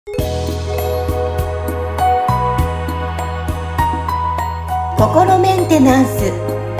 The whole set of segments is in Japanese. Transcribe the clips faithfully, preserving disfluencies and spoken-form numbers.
心メンテナンス。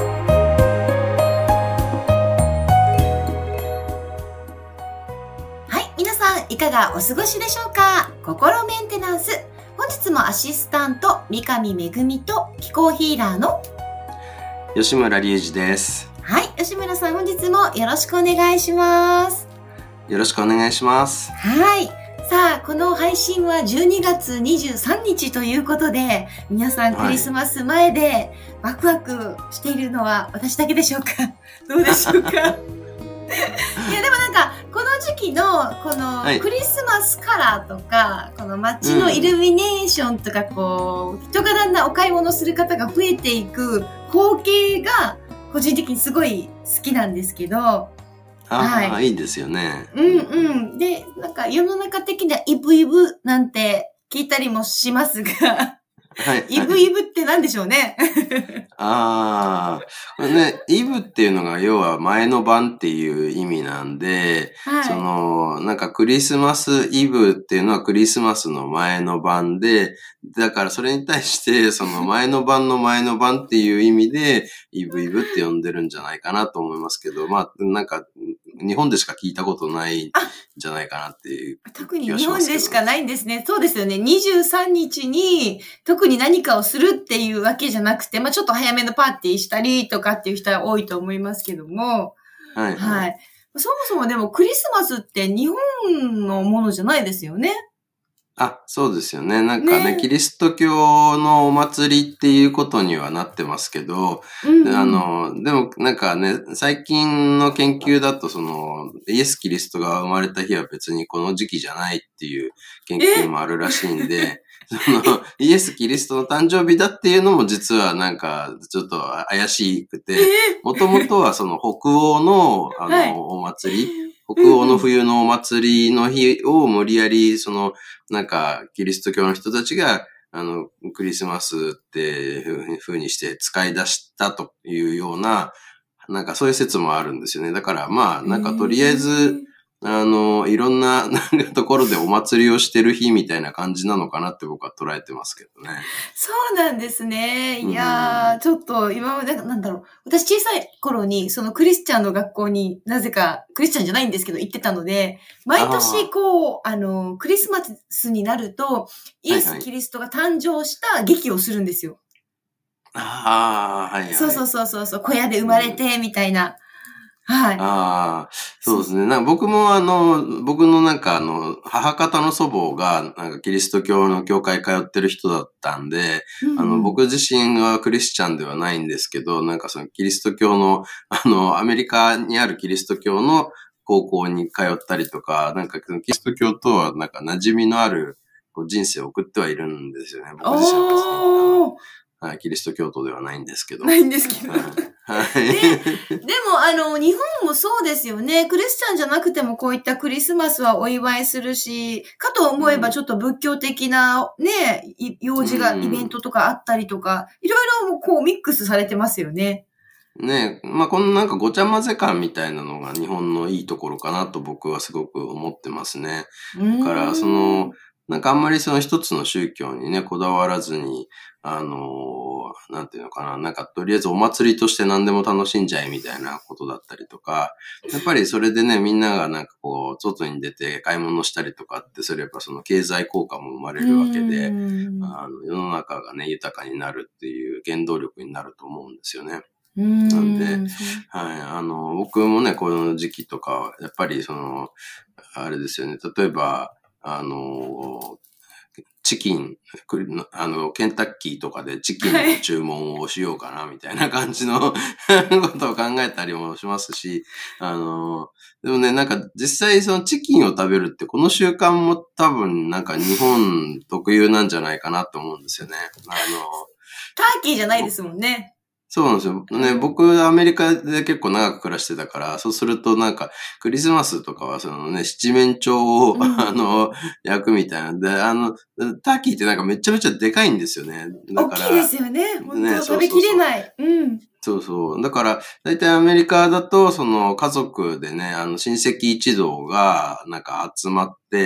はい、皆さんいかがお過ごしでしょうか。心メンテナンス、本日もアシスタント三上恵と気候ヒーラーの吉村隆二です。 はい、吉村さん、本日もよろしくお願いします。 よろしくお願いします。 はい。さあ、この配信はじゅうにがつにじゅうさんにちということで、皆さんクリスマス前でワクワクしているのは私だけでしょうか。どうでしょうか。いや、でもなんか、この時期の、このクリスマスカラーとか、はい、この街のイルミネーションとか、こう、人がだんだんお買い物する方が増えていく光景が、個人的にすごい好きなんですけど、 あ、はい、いいですよね。 うんうん。で、なんか世の中的にはイブイブなんて聞いたりもしますが、はい、イブイブって何でしょうね。 ああ、ね、イブっていうのが要は前の晩っていう意味なんで、はい、その、なんかクリスマスイブっていうのはクリスマスの前の晩で、だからそれに対してその前の晩の前の晩っていう意味でイブイブって呼んでるんじゃないかなと思いますけど、まあなんか日本でしか聞いたことないんじゃないかなっていう気がしますけど。 特に日本でしかないんですね。そうですよね。にじゅうさんにちに特に何かをするっていうわけじゃなくて、まあちょっと早めのパーティーしたりとかっていう人は多いと思いますけども。 はい、はい。 はい。そもそもでもクリスマスって日本のものじゃないですよね。 あ、そうですよね。なんかね、ねキリスト教のお祭りっていうことにはなってますけど、うんうん、あの、でもなんかね、最近の研究だとその、イエス・キリストが生まれた日は別にこの時期じゃないっていう研究もあるらしいんで、その、イエス・キリストの誕生日だっていうのも実はなんかちょっと怪しくて、もともとはその北欧のあの、はい、お祭り、北欧の冬のお祭りの日を無理やり、その、なんか、キリスト教の人たちが、あの、クリスマスっていう風にして使い出したというような、なんかそういう説もあるんですよね。だからまあ、なんかとりあえず、あの、いろんな、なんかところでお祭りをしてる日みたいな感じなのかなって僕は捉えてますけどね。 そうなんですね。いやー、ちょっと今まで、なんだろう。私小さい頃に、そのクリスチャンの学校になぜか、クリスチャンじゃないんですけど、行ってたので、毎年こう、あ, あの、クリスマスになると、イエス・キリストが誕生した劇をするんですよ。 ああ、はい、はい。 そうそうそうそうそう、小屋で生まれて、みたいな。はい。 ああ、そうですね。なんか僕もあの、僕のなんかあの、母方の祖母がなんかキリスト教の教会通ってる人だったんで、うんうん、あの、僕自身はクリスチャンではないんですけど、なんかそのキリスト教の、あの、アメリカにあるキリスト教の高校に通ったりとか、なんかキリスト教とはなんか馴染みのあるこう人生を送ってはいるんですよね。僕自身はですね。はい、キリスト教徒ではないんですけど。 ないんですけど。 はいで、でも、あの、日本もそうですよね。クリスチャンじゃなくてもこういったクリスマスはお祝いするし、かと思えばちょっと仏教的なね、用事が、イベントとかあったりとか、いろいろこうミックスされてますよね。 ねえ、まあ、このなんかごちゃ混ぜ感みたいなのが日本のいいところかなと僕はすごく思ってますね。だから、その、なんかあんまりその一つの宗教にね、こだわらずに、あの、なんていうのかな、なんかとりあえずお祭りとして何でも楽しんじゃえみたいなことだったりとか、やっぱりそれでね、みんながなんかこう、外に出て買い物したりとかってすれば、その経済効果も生まれるわけで、あの世の中がね、豊かになるっていう原動力になると思うんですよね。なんで、はい、あの、僕もね、この時期とか、やっぱりその、あれですよね、例えば、あの、チキン、あの、ケンタッキーとかでチキンの注文をしようかな、みたいな感じのことを考えたりもしますし、あの、でもね、なんか実際そのチキンを食べるってこの習慣も多分なんか日本特有なんじゃないかなと思うんですよね。あの、 ターキーじゃないですもんね。 そうなんですよ。ね、僕、アメリカで結構長く暮らしてたから、そうするとなんか、クリスマスとかはそのね、七面鳥を、うん、あの、焼くみたいなんで、あの、ターキーってなんかめちゃめちゃでかいんですよね。だから。 大きいですよね。本当食べきれない。うん。 そうそう。だから、だいたいアメリカだと、その家族でね、あの、親戚一同がなんか集まって、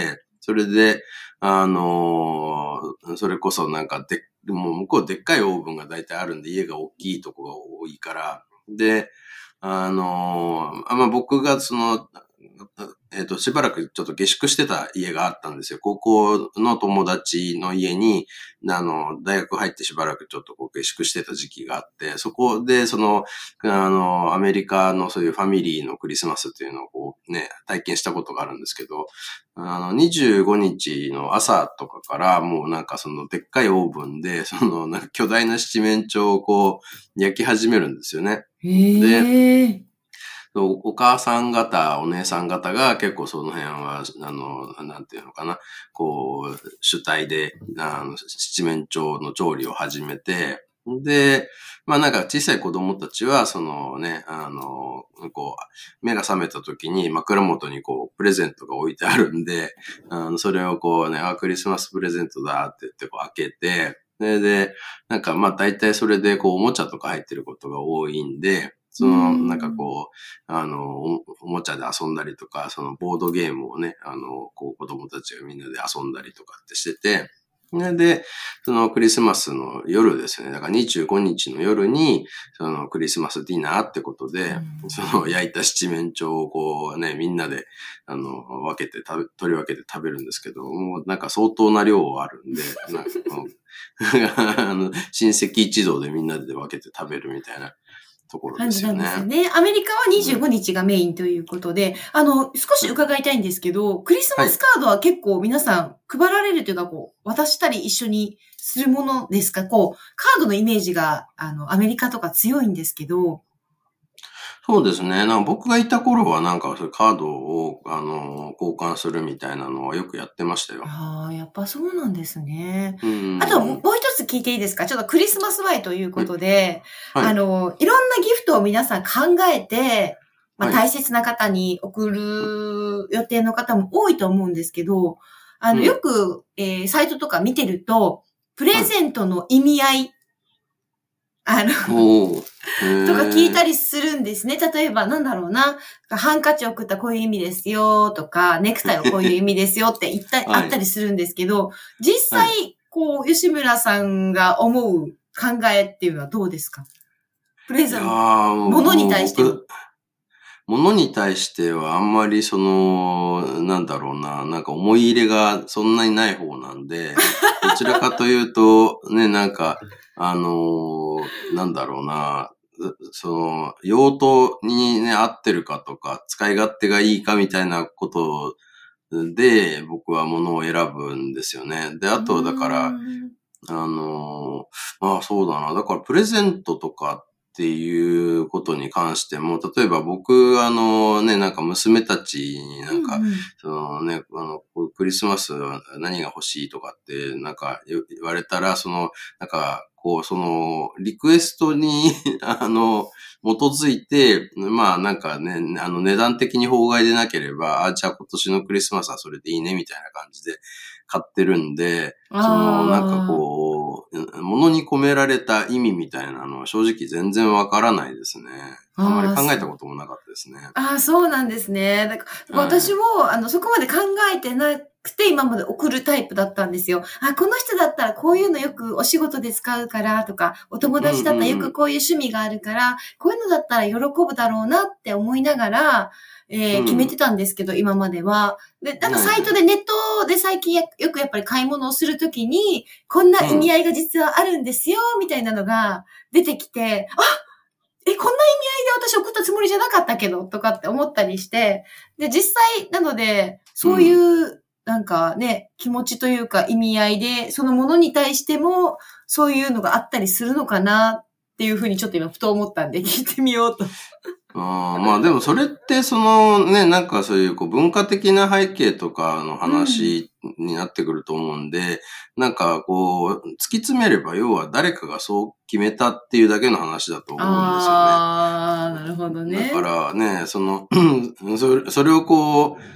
それで、あのー、それこそなんかで、もう向こうでっかいオーブンが大体あるんで、家が大きいとこが多いから、で、あのー、まあ、僕がその、えっと、しばらくちょっと下宿してた家があったんですよ。高校の友達の家に、あの、大学入ってしばらくちょっとこう下宿してた時期があって、そこで、その、あの、アメリカのそういうファミリーのクリスマスっていうのをこうね、体験したことがあるんですけど、あの、にじゅうごにちの朝とかからもうなんかそのでっかいオーブンで、そのなんか巨大な七面鳥をこう焼き始めるんですよね。 へー。 で、お母さん方、お姉さん方が結構その辺は、あの、なんていうのかな、こう、主体で、あの、七面鳥の調理を始めて、で、まあなんか小さい子供たちは、そのね、あの、こう、目が覚めた時に枕元にこう、プレゼントが置いてあるんで、あの、それをこうね、あ、クリスマスプレゼントだって言ってこう開けて、で、で、なんかまあ大体それでこう、おもちゃとか入ってることが多いんで、その、なんかこう、あのお、おもちゃで遊んだりとか、そのボードゲームをね、あの、こう子供たちがみんなで遊んだりとかってしてて、で、そのクリスマスの夜ですね、だからにじゅうごにちの夜に、そのクリスマスディナーってことで、その焼いた七面鳥をこうね、みんなで、あの、分けて食べ、取り分けて食べるんですけど、もうなんか相当な量あるんで、なんかこのあの親戚一同でみんなで分けて食べるみたいな。ところですよね。 感じなんですよね。アメリカはにじゅうごにちがメインということで、うん、あの、少し伺いたいんですけど、クリスマスカードは結構皆さん配られるというか、こう、渡したり一緒にするものですか？こう、カードのイメージが、あの、アメリカとか強いんですけど。 そうですね。なんか僕がいた頃はなんかそういうカードを、あの、交換するみたいなのはよくやってましたよ。 ああ、やっぱそうなんですね。 うん。 あと、もう一つ聞いていいですか？ちょっとクリスマス前ということで、はい、あの、いろんなギフトを皆さん考えて、まあ、大切な方に送る予定の方も多いと思うんですけど、あの、よく、えー、サイトとか見てると、プレゼントの意味合い、あの、とか聞いたりするんですね。例えば、なんだろうな。ハンカチを送ったこういう意味ですよとか、ネクタイはこういう意味ですよって言ったり、はい、あったりするんですけど、実際、はい、こう、吉村さんが思う考えっていうのはどうですか？プレゼント、ものに対しても。 ものに対してはあんまりその、なんだろうな、なんか思い入れがそんなにない方なんで、どちらかというと、ね、なんか、あのー、なんだろうな、その、用途にね、合ってるかとか、使い勝手がいいかみたいなことで、僕は物を選ぶんですよね。で、あと、だから、あのー、ああ、そうだな。だから、プレゼントとかっていうことに関しても、例えば僕、あのね、なんか娘たちになんか、うんうん、そのね、あの、クリスマスは何が欲しいとかって、なんか言われたら、その、なんか、こう、その、リクエストに、あの、基づいて、まあなんかね、あの値段的に法外でなければ、あ、じゃあ今年のクリスマスはそれでいいね、みたいな感じで買ってるんで、その、なんかこう、物に込められた意味みたいなのは正直全然わからないですね。あんまり考えたこともなかったですね。 ああ、そうなんですね。だから私も、はい、あの、そこまで考えてなくて今まで送るタイプだったんですよ。あ、この人だったらこういうのよくお仕事で使うからとか、お友達だったらよくこういう趣味があるから、うんうん、こういうのだったら喜ぶだろうなって思いながら、えー、決めてたんですけど、うん、今までは。で、なんかサイトでネットで最近よくやっぱり買い物をするときに、こんな意味合いが実はあるんですよ、みたいなのが出てきて、あ、え、こんな意味合いで私送ったつもりじゃなかったけど、とかって思ったりして、で、実際なので、そういう、うん、なんかね、気持ちというか意味合いで、そのものに対しても、そういうのがあったりするのかなっていうふうにちょっと今ふと思ったんで聞いてみようと。 あまあでもそれってそのね、なんかそういうこう文化的な背景とかの話になってくると思うんで、うん、なんかこう突き詰めれば要は誰かがそう決めたっていうだけの話だと思うんですよね。 ああ、なるほどね。 だからね、その、それ、それをこう、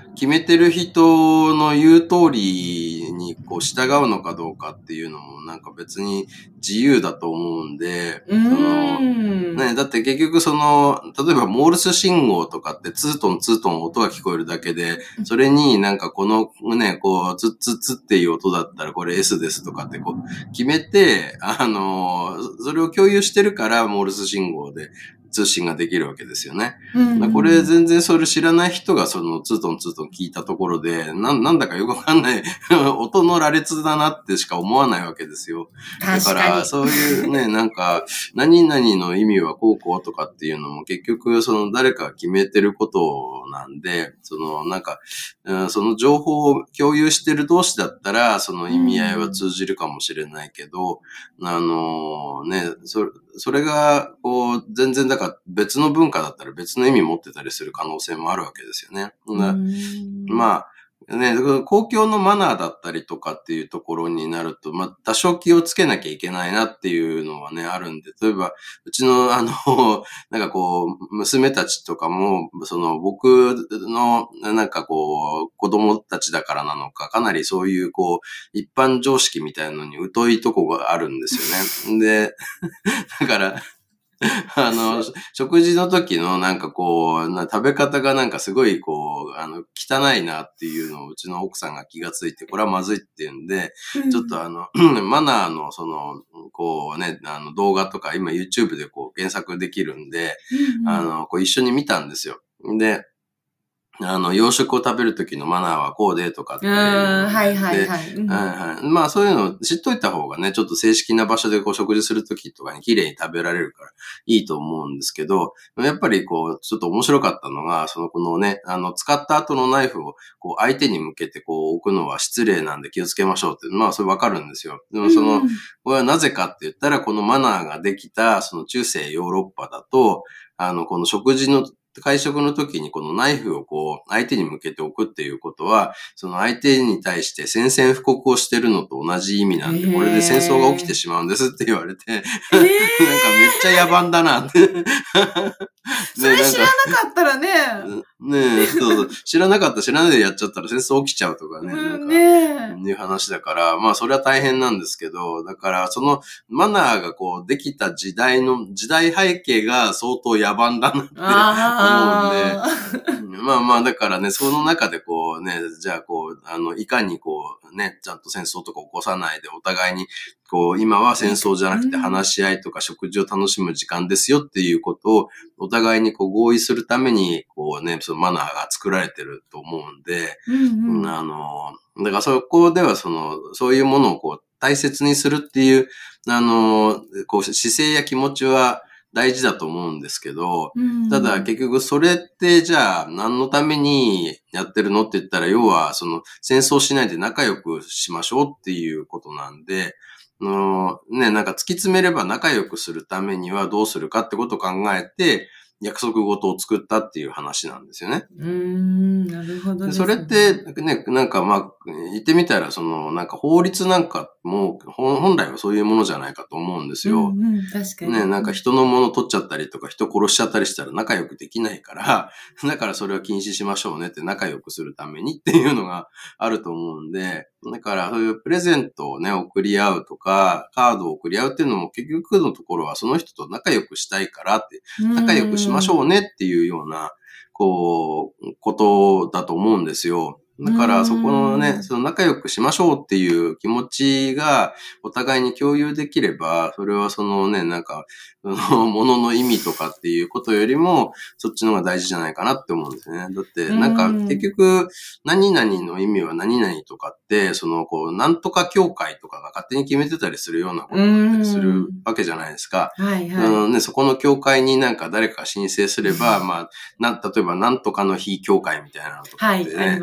決めてる人の言う通りにこう従うのかどうかっていうのもなんか別に自由だと思うんで、 うーんそのね、だって結局その、例えばモールス信号とかってツートンツートン音が聞こえるだけで、それになんかこのね、こう、ツッツッツッっていう音だったらこれ S ですとかってこう決めて、あの、それを共有してるからモールス信号で通信ができるわけですよね。 うんうん、 これ全然それ知らない人がそのツートンツートン聞いたところで、な、なんだかよくわかんない音の羅列だなってしか思わないわけですよ。だからそういうね、なんか何々の意味はこうこうとかっていうのも結局その誰かが決めてることなんで、そのなんか、うん、その情報を共有してる同士だったらその意味合いは通じるかもしれないけど、うん、あのね、それ、それがこう全然だから別の文化だったら別の意味持ってたりする可能性もあるわけですよね。まあ、ね、公共のマナーだったりとかっていうところになると、まあ、多少気をつけなきゃいけないなっていうのはね、あるんで、例えば、うちの、あの、なんかこう、娘たちとかも、その、僕の、なんかこう、子供たちだからなのか、かなりそういう、こう、一般常識みたいなのに疎いとこがあるんですよね。で、だから、あの、食事の時のなんかこう、食べ方がなんかすごいこう、あの、汚いなっていうのをうちの奥さんが気がついて、これはまずいっていうんで、うん、ちょっとあの、マナーのその、こうね、あの動画とか今 YouTube でこう検索できるんで、うんうん、あの、こう一緒に見たんですよ。で、あの、洋食を食べるときのマナーはこうでとかっていう。 はいはいはい。 うん、はいはい。まあそういうのを知っといた方がね、ちょっと正式な場所でこう食事するときとかに綺麗に食べられるからいいと思うんですけど、やっぱりこう、ちょっと面白かったのが、そのこのね、あの、使った後のナイフをこう相手に向けてこう置くのは失礼なんで気をつけましょうって、まあそれわかるんですよ。でもその、これはなぜかって言ったら、このマナーができた、その中世ヨーロッパだと、あの、この食事の会食の時にこのナイフをこう相手に向けておくっていうことは、その相手に対して宣戦布告をしてるのと同じ意味なんで、これで戦争が起きてしまうんですって言われて、なんかめっちゃ野蛮だなって。 それ知らなかったらね。 ねえ、そうそう。知らなかった知らないでやっちゃったら戦争起きちゃうとかね。なんか、ねいう話だから、まあそれは大変なんですけど、だからそのマナーがこうできた時代の、時代背景が相当野蛮だなって思うんで、まあまあだからね、その中でこうね、じゃあこう、あの、いかにこうね、ちゃんと戦争とか起こさないでお互いにこう、今は戦争じゃなくて話し合いとか食事を楽しむ時間ですよっていうことをお互いにこう合意するために、こうね、そのマナーが作られてると思うんで、うんうん、あの、だからそこではその、そういうものをこう大切にするっていう、あの、こう姿勢や気持ちは大事だと思うんですけど、うんうん、ただ結局それってじゃあ何のためにやってるのって言ったら、要はその戦争しないで仲良くしましょうっていうことなんで、のね、なんか突き詰めれば仲良くするためにはどうするかってことを考えて、約束事を作ったっていう話なんですよね。 うーん、なるほどですね。 それってね、なんかまあ、言ってみたら、その、なんか法律なんかも、本来はそういうものじゃないかと思うんですよ。 うんうん、確かに。 ね、なんか人のもの取っちゃったりとか、人殺しちゃったりしたら仲良くできないから、だからそれは禁止しましょうねって仲良くするためにっていうのがあると思うんで、だからそういうプレゼントをね、送り合うとか、カードを送り合うっていうのも結局のところはその人と仲良くしたいからって、仲良くしましょうねっていうような、こう、ことだと思うんですよ。だからそこのね、その仲良くしましょうっていう気持ちがお互いに共有できれば、それはそのね、なんか、そのものの意味とかっていうことよりも、そっちの方が大事じゃないかなって思うんですね。だって、なんか結局、何々の意味は何々とかって、そのこう、なんとか協会とかが勝手に決めてたりするようなことだったりするわけじゃないですか。 はいはい。 うんね、そこの協会になんか誰か申請すれば、まあ、な、例えばなんとかの非協会みたいなのとかってね。 はい、ありますね。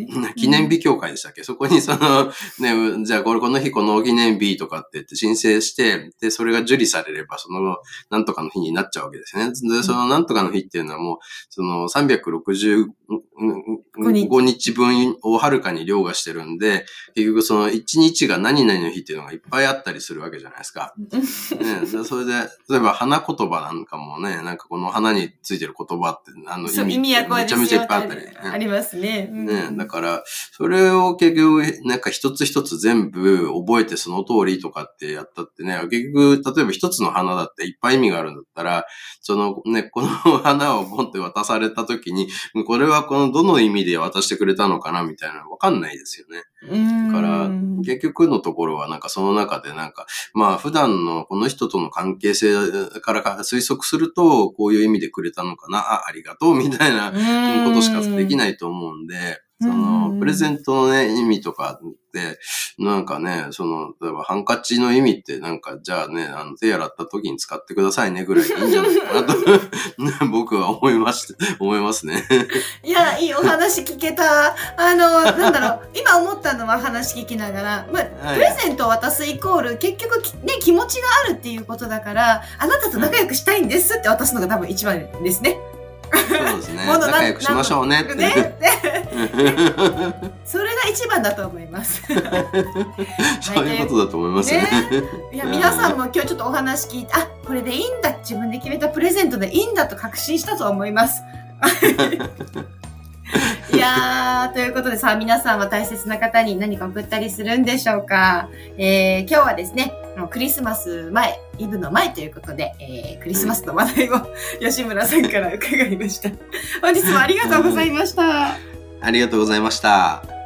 記念日協会でしたっけ、うん、そこにその、ね、じゃあこれこの日この記念日とかって言って申請して、で、それが受理されれば、その、なんとかの日になっちゃうわけですね。で、そのなんとかの日っていうのはもう、そのさんびゃくろくじゅうごにちぶんをはるかに凌駕してるんで、結局そのいちにちが何々の日っていうのがいっぱいあったりするわけじゃないですか。ね、それで、例えば花言葉なんかもね、なんかこの花についてる言葉って、あの意味ってめちゃめちゃいっぱいあったり、ね。 ありますね。 うん、ね、だから、それを結局、なんか一つ一つ全部覚えてその通りとかってやったってね、結局、例えば一つの花だっていっぱい意味があるんだったら、そのね、この花をポンって渡された時に、これはこのどの意味で渡してくれたのかなみたいなのわかんないですよね。だから、結局のところはなんかその中でなんか、まあ普段のこの人との関係性から推測すると、こういう意味でくれたのかな、あ、ありがとうみたいなことしかできないと思うんで、その、プレゼントのね、意味とかって、なんかね、その、例えばハンカチの意味ってなんか、じゃあね、あの、手洗った時に使ってくださいねぐらいでいいんじゃないかなと、僕は思いまして、思いますね。 いや、いいお話聞けた。あの、なんだろう、今思ったのは話聞きながら、まあ、プレゼントを渡すイコール、結局ね、気持ちがあるっていうことだから、あなたと仲良くしたいんですって渡すのが多分一番ですね。 そうですね。仲良くしましょうねって。ねそれが一番だと思います。 そういうことだと思いますね。ねいや、皆さんも今日ちょっとお話聞いて、あ、これでいいんだ。自分で決めたプレゼントでいいんだと確信したと思います。いやー、ということでさ、皆さんは大切な方に何か送ったりするんでしょうか。えー、今日はですね、クリスマス前、イブの前ということで、えー、クリスマスの話題を吉村さんから伺いました。本日もありがとうございました。 ありがとうございました。